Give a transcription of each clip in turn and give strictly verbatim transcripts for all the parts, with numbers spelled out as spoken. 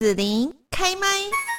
子琳开麦。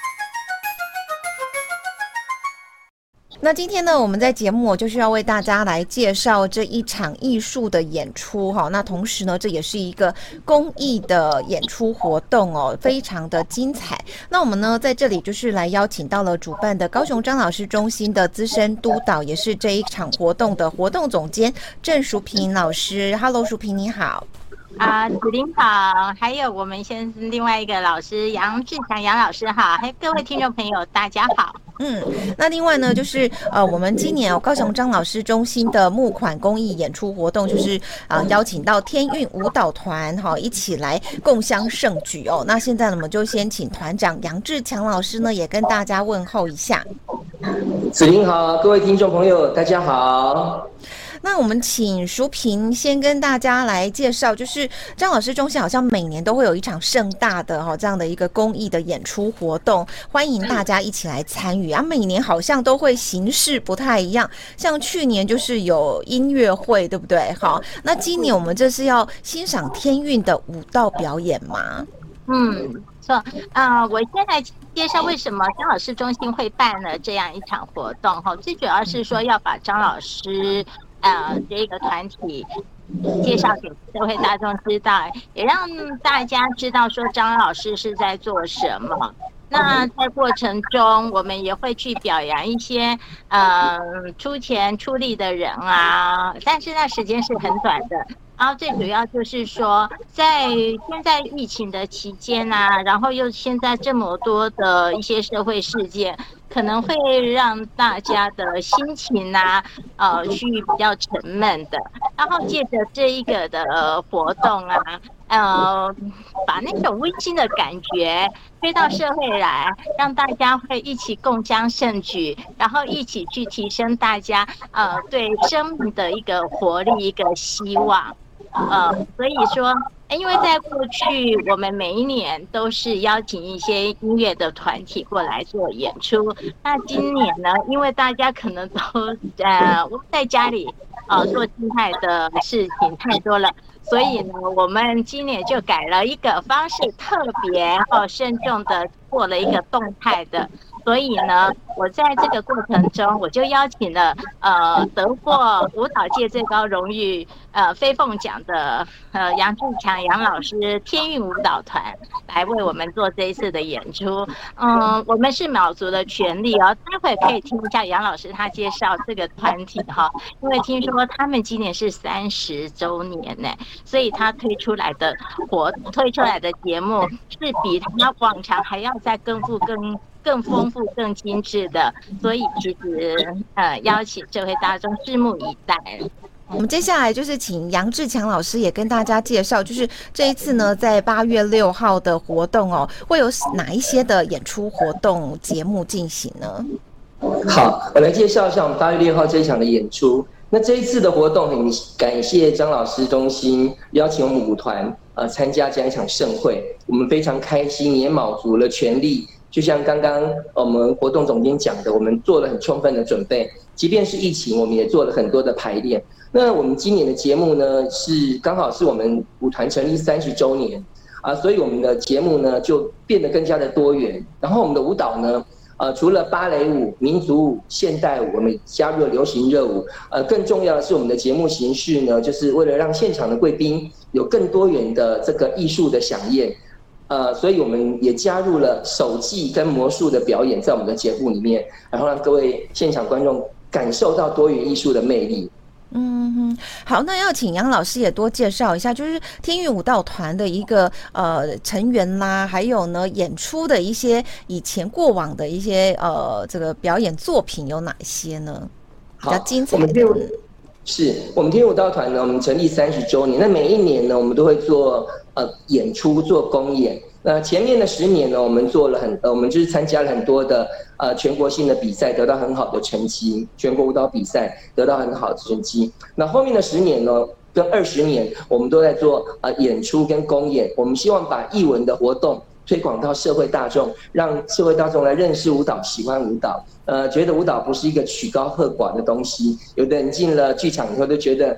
那今天呢，我们在节目就是要为大家来介绍这一场艺术的演出哈。那同时呢，这也是一个公益的演出活动哦，非常的精彩。那我们呢在这里就是来邀请到了主办的高雄张老师中心的资深督导，也是这一场活动的活动总监郑淑萍老师。Hello， 淑萍你好。 啊，子琳好，还有我们先另外一个老师杨志强杨老师好，还有各位听众朋友大家好。 嗯，那另外呢，就是呃，我们今年哦，高雄张老师中心的募款公益演出活动，就是啊、呃，邀请到天韵舞蹈团哈、哦，一起来共襄盛举哦。那现在呢，我们就先请团长杨志强老师呢，也跟大家问候一下。 子琳好，各位听众朋友大家好。 那我们请淑萍先跟大家来介绍，就是张老师中心好像每年都会有一场盛大的哈、哦、这样的一个公益的演出活动，欢迎大家一起来参与啊。每年好像都会形式不太一样，像去年就是有音乐会，对不对？好，那今年我们这是要欣赏天韵的舞蹈表演吗？ 嗯，错啊、呃，我先来介绍为什么张老师中心会办了这样一场活动哈，最主要是说要把张老师。呃，这个团体介绍给社会大众知道，也让大家知道说张老师是在做什么。那在过程中，我们也会去表扬一些呃出钱出力的人啊，但是那时间是很短的。然后最主要就是说，在现在疫情的期间啊，然后又现在这么多的一些社会事件。可能会让大家的心情啊，呃，去比较沉闷的。然后借着这一个的、呃、活动啊，呃，把那种温馨的感觉推到社会来，让大家会一起共襄盛举，然后一起去提升大家呃对生命的一个活力、一个希望。呃，所以说。因为在过去，我们每一年都是邀请一些音乐的团体过来做演出。那今年呢，因为大家可能都呃在家里呃做静态的事情太多了，所以呢，我们今年就改了一个方式，特别哦慎重的做了一个动态的。所以呢，我在这个过程中，我就邀请了呃得过舞蹈界最高荣誉呃飞凤奖的呃杨志强杨老师天韵舞蹈团来为我们做这一次的演出。嗯，我们是卯足了全力哦，待会可以听一下杨老师他介绍这个团体哈，因为听说他们今年是三十周年呢，所以他推出来的活推出来的节目是比他往常还要再更富更。更丰富、更精致的，所以其实呃，邀请社会大众拭目以待。 我们接下来就是请杨志强老师也跟大家介绍，就是这一次呢，在八月六号的活动哦，会有哪一些的演出活动节目进行呢？ 好，我来介绍一下我们八月六号这一场的演出。那这一次的活动，很感谢张老师中心邀请我们舞团呃参加这样一场盛会，我们非常开心，也卯足了全力。就像刚刚我们活动总监讲的，我们做了很充分的准备，即便是疫情，我们也做了很多的排练。那我们今年的节目呢，是刚好是我们舞团成立三十周年啊，所以我们的节目呢就变得更加的多元。然后我们的舞蹈呢，呃，除了芭蕾舞、民族舞、现代舞，我们加入了流行热舞。呃，更重要的是，我们的节目形式呢，就是为了让现场的贵宾有更多元的这个艺术的飨宴。呃，所以我们也加入了手技跟魔术的表演在我们的节目里面，然后让各位现场观众感受到多元艺术的魅力。 嗯哼，好，那要请杨老师也多介绍一下，就是天韵舞蹈团的一个呃成员啦，还有呢演出的一些以前过往的一些呃这个表演作品有哪些呢？比较精彩的。 是我们天韵舞蹈团呢，我们成立三十周年。那每一年呢，我们都会做呃演出、做公演。那前面的十年呢，我们做了很呃，我们就是参加了很多的呃全国性的比赛，得到很好的成绩。全国舞蹈比赛得到很好的成绩。那后面的十年呢，跟二十年，我们都在做呃演出跟公演。我们希望把艺文的活动推广到社会大众，让社会大众来认识舞蹈，喜欢舞蹈。呃，觉得舞蹈不是一个曲高和寡的东西。有的人进了剧场以后都觉得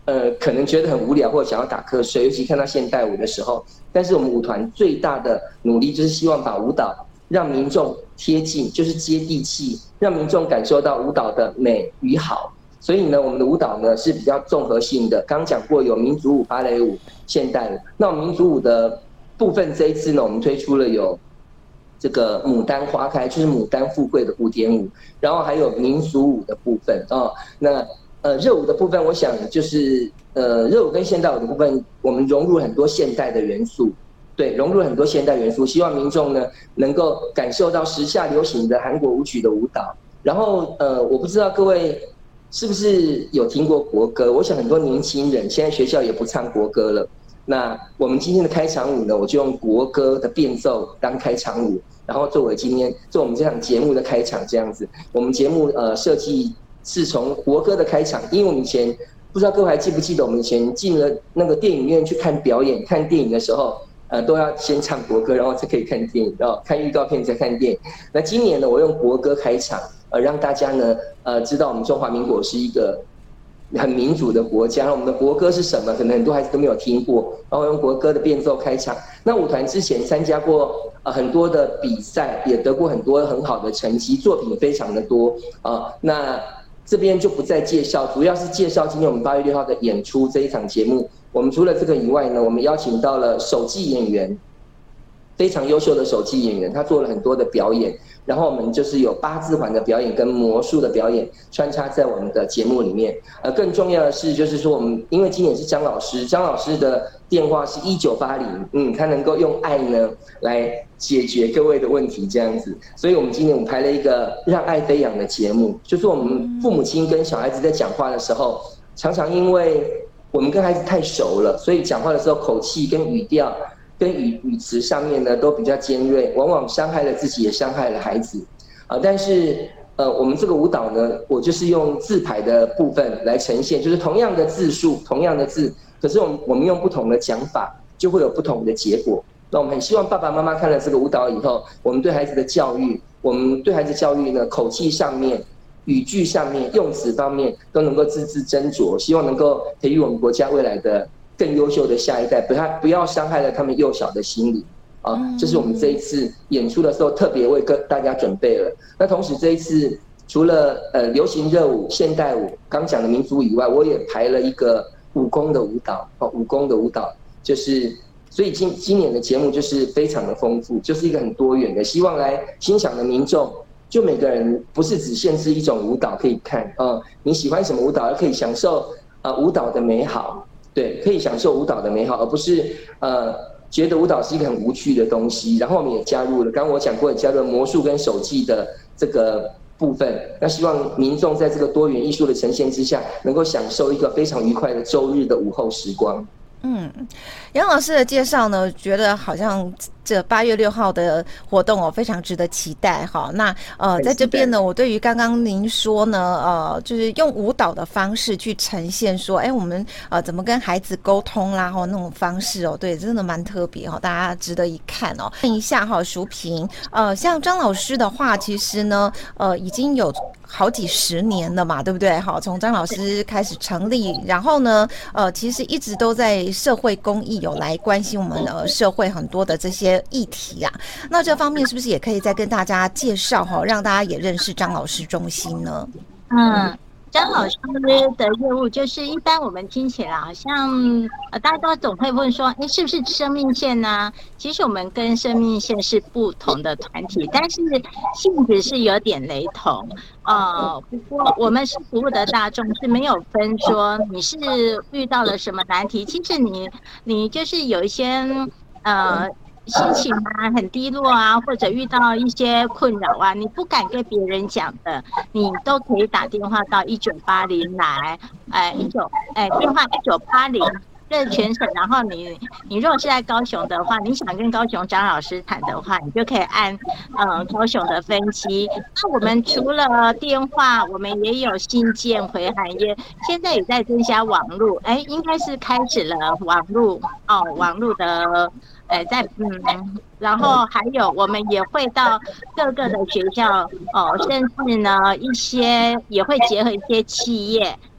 呃，可能觉得很无聊或者想要打瞌睡，尤其看到现代舞的时候。但是我们舞团最大的努力就是希望把舞蹈让民众贴近，就是接地气，让民众感受到舞蹈的美与好。所以呢，我们的舞蹈呢是比较综合性的。刚刚讲过有民族舞、芭蕾舞、现代舞。那我们民族舞的部分，这一次呢，我们推出了有这个牡丹花开，就是牡丹富贵的古典舞，然后还有民俗舞的部分哦。那呃热舞的部分，我想就是呃热舞跟现代舞的部分，我们融入很多现代的元素，对，融入很多现代元素，希望民众呢能够感受到时下流行的韩国舞曲的舞蹈。然后呃，我不知道各位是不是有听过国歌？我想很多年轻人现在学校也不唱国歌了。那我们今天的开场舞呢，我就用国歌的变奏当开场舞，然后作为今天做我们这场节目的开场这样子。我们节目呃设计是从国歌的开场，因为我们以前不知道各位还记不记得，我们以前进了那个电影院去看表演、看电影的时候，呃都要先唱国歌，然后才可以看电影，然后看预告片再看电影。那今年呢，我用国歌开场，呃让大家呢呃知道我们中华民国是一个很民主的国家，我们的国歌是什么？可能很多孩子都没有听过。然后用国歌的变奏开场。那舞团之前参加过呃很多的比赛，也得过很多很好的成绩，作品非常的多啊、呃。那这边就不再介绍，主要是介绍今天我们八月六号的演出这一场节目。我们除了这个以外呢，我们邀请到了手技演员，非常优秀的手技演员，他做了很多的表演。然后我们就是有八字环的表演跟魔术的表演穿插在我们的节目里面。呃，更重要的是，就是说我们因为今年是张老师，张老师的电话是一九八零，嗯，他能够用爱呢来解决各位的问题这样子。所以我们今年我们排了一个让爱飞扬的节目，就是我们父母亲跟小孩子在讲话的时候，常常因为我们跟孩子太熟了，所以讲话的时候口气跟语调跟语语词上面呢都比较尖锐，往往伤害了自己，也伤害了孩子。啊，但是呃，我们这个舞蹈呢，我就是用字牌的部分来呈现，就是同样的字数，同样的字，可是我们我们用不同的讲法，就会有不同的结果。那我们很希望爸爸妈妈看了这个舞蹈以后，我们对孩子的教育，我们对孩子教育呢，口气上面、语句上面、用词方面都能够字字斟酌，希望能够培育我们国家未来的更优秀的下一代，不要不要伤害了他们幼小的心理啊！这是我们这一次演出的时候特别为跟大家准备了。那同时这一次除了呃流行热舞、现代舞、刚讲的民族以外，我也排了一个武功的舞蹈哦，武功的舞蹈就是所以今今年的节目就是非常的丰富，就是一个很多元的，希望来欣赏的民众。就每个人不是只限制一种舞蹈可以看啊、呃，你喜欢什么舞蹈，可以享受呃舞蹈的美好。对，可以享受舞蹈的美好，而不是呃觉得舞蹈是一个很无趣的东西。然后我们也加入了，刚刚我讲过，也加入了魔术跟手技的这个部分。那希望民众在这个多元艺术的呈现之下，能够享受一个非常愉快的周日的午后时光。 嗯，杨老师的介绍呢，觉得好像这八月六号的活动哦，非常值得期待哈。那呃，在这边呢，我对于刚刚您说呢，呃，就是用舞蹈的方式去呈现说，哎，我们呃怎么跟孩子沟通啦，哈，那种方式哦，对，真的蛮特别哈，大家值得一看哦。看一下哈，淑萍，呃，像张老师的话，其实呢，呃，已经有好几十年了嘛，对不对？好，从张老师开始成立，然后呢，呃，其实一直都在社会公益有来关心我们呃社会很多的这些议题啊。那这方面是不是也可以再跟大家介绍哈，让大家也认识张老师中心呢？ 嗯。张老师的业务就是一般我们听起来好像呃大家都总会问说，哎，是不是生命线呢、啊？其实我们跟生命线是不同的团体，但是性质是有点雷同。呃，不过我们是服务的大众是没有分说你是遇到了什么难题，其实你你就是有一些呃。心情啊很低落啊，或者遇到一些困扰啊，你不敢跟别人讲的，你都可以打电话到一九八零来，哎一九哎电话一九八零。这全省，然后你你如果是在高雄的话，你想跟高雄张老师谈的话，你就可以按呃高雄的分期。那我们除了电话，我们也有信件回函，也现在也在增加网络，哎，应该是开始了网络哦，网络的。呃，在嗯，然后还有我们也会到各个的学校哦，甚至呢一些也会结合一些企业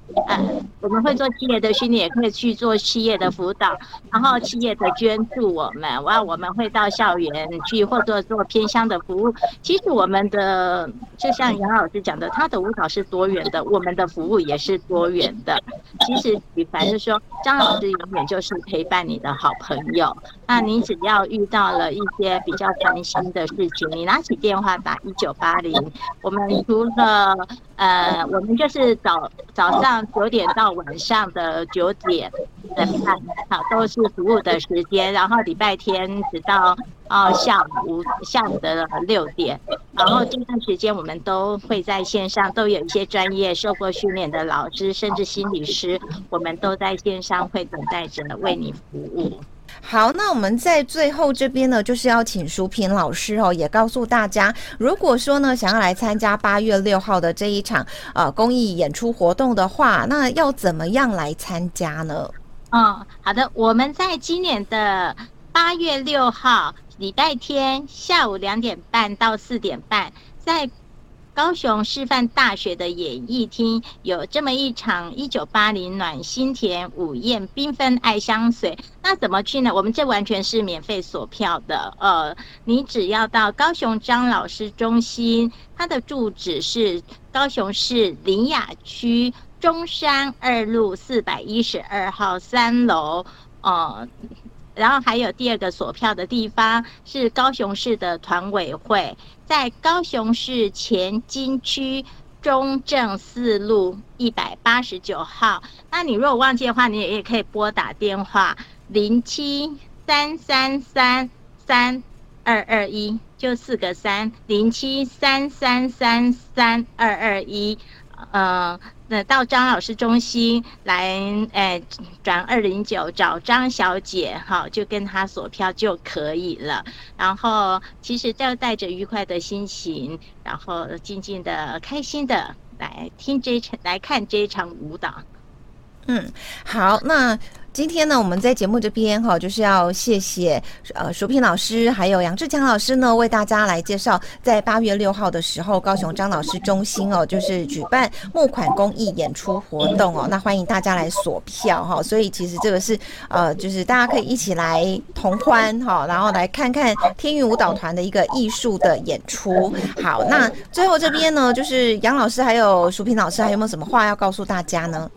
呃，我们会做企业的训练，也可以去做企业的辅导，然后企业的捐助我们，然后我们会到校园去或者做偏乡的服务。其实我们的就像杨老师讲的，他的舞蹈是多元的，我们的服务也是多元的。其实举凡是说，张老师永远就是陪伴你的好朋友。那你只要遇到了一些比较烦心的事情，你拿起电话打一九八零，我们除了呃，我们就是早早上九点到晚上的九点的半，好，都是服务的时间。然后礼拜天直到哦下午下午的六点，然后这段时间我们都会在线上，都有一些专业受过训练的老师，甚至心理师，我们都在线上会等待着为你服务。 好，那我们在最后这边呢，就是要请淑萍老师哦，也告诉大家，如果说呢想要来参加八月六号的这一场呃公益演出活动的话，那要怎么样来参加呢？ 嗯，好的，我们在今年的八月六号礼拜天下午两点半到四点半，在高雄师范大学的演艺厅有这么一场一九八零暖心田午宴缤纷爱香水。那怎么去呢？我们这完全是免费索票的，呃，你只要到高雄张老师中心，它的住址是高雄市苓雅区中山二路四百一十二号三楼，呃。然后还有第二个索票的地方是高雄市的团委会，在高雄市前金区中正四路一百八十九号。那你如果忘记的话，你也可以拨打电话零七三三三三二二一，就四个三，零七三三三三二二一。呃，那到张老师中心来，哎，转二零九找张小姐，好，就跟她索票就可以了。然后其实就带着愉快的心情，然后静静的、开心的来听这一场，来看这一场舞蹈。 嗯，好，那今天呢，我们在节目这边哈，就是要谢谢呃淑萍老师还有杨志强老师呢，为大家来介绍，在八月六号的时候，高雄张老师中心哦，就是举办募款公益演出活动哦，那欢迎大家来索票哈。所以其实这个是呃，就是大家可以一起来同欢哈，然后来看看天韵舞蹈团的一个艺术的演出。好，那最后这边呢，就是杨老师还有淑萍老师，还有没有什么话要告诉大家呢？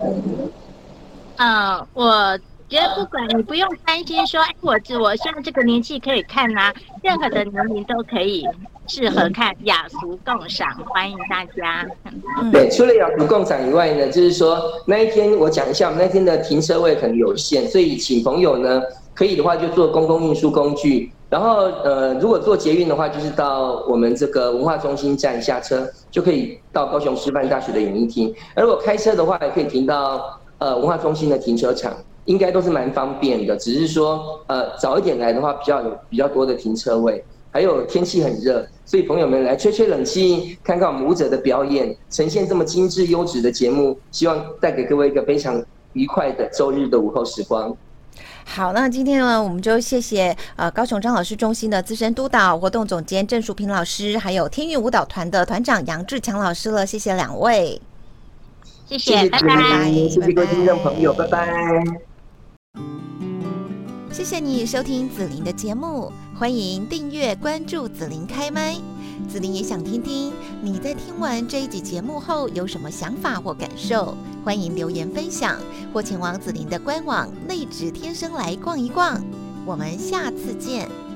呃，我觉得不管你不用担心说，哎，我我现在这个年纪可以看啊，任何的年龄都可以适合看，雅俗共赏，欢迎大家。 对，除了雅俗共赏以外呢，就是说那一天我讲一下，我们那天的停车位很有限，所以请朋友呢可以的话就坐公共运输工具。然后呃，如果坐捷运的话，就是到我们这个文化中心站下车，就可以到高雄师范大学的演艺厅。而如果开车的话，也可以停到呃文化中心的停车场，应该都是蛮方便的。只是说呃早一点来的话，比较有比较多的停车位。还有天气很热，所以朋友们来吹吹冷气，看看我们舞者的表演，呈现这么精致优质的节目，希望带给各位一个非常愉快的周日的午后时光。 好，那今天呢，我们就谢谢呃高雄张老师中心的资深督导、活动总监郑淑萍老师，还有天韵舞蹈团的团长杨志强老师了，谢谢两位， 谢谢， 谢谢拜拜， 谢谢各位听众朋友，拜拜。 谢谢你收听子琳的节目，欢迎订阅关注子琳开麦。子琳也想听听你在听完这一集节目后有什么想法或感受，欢迎留言分享，或前往子琳的官网内指天生来逛一逛。我们下次见。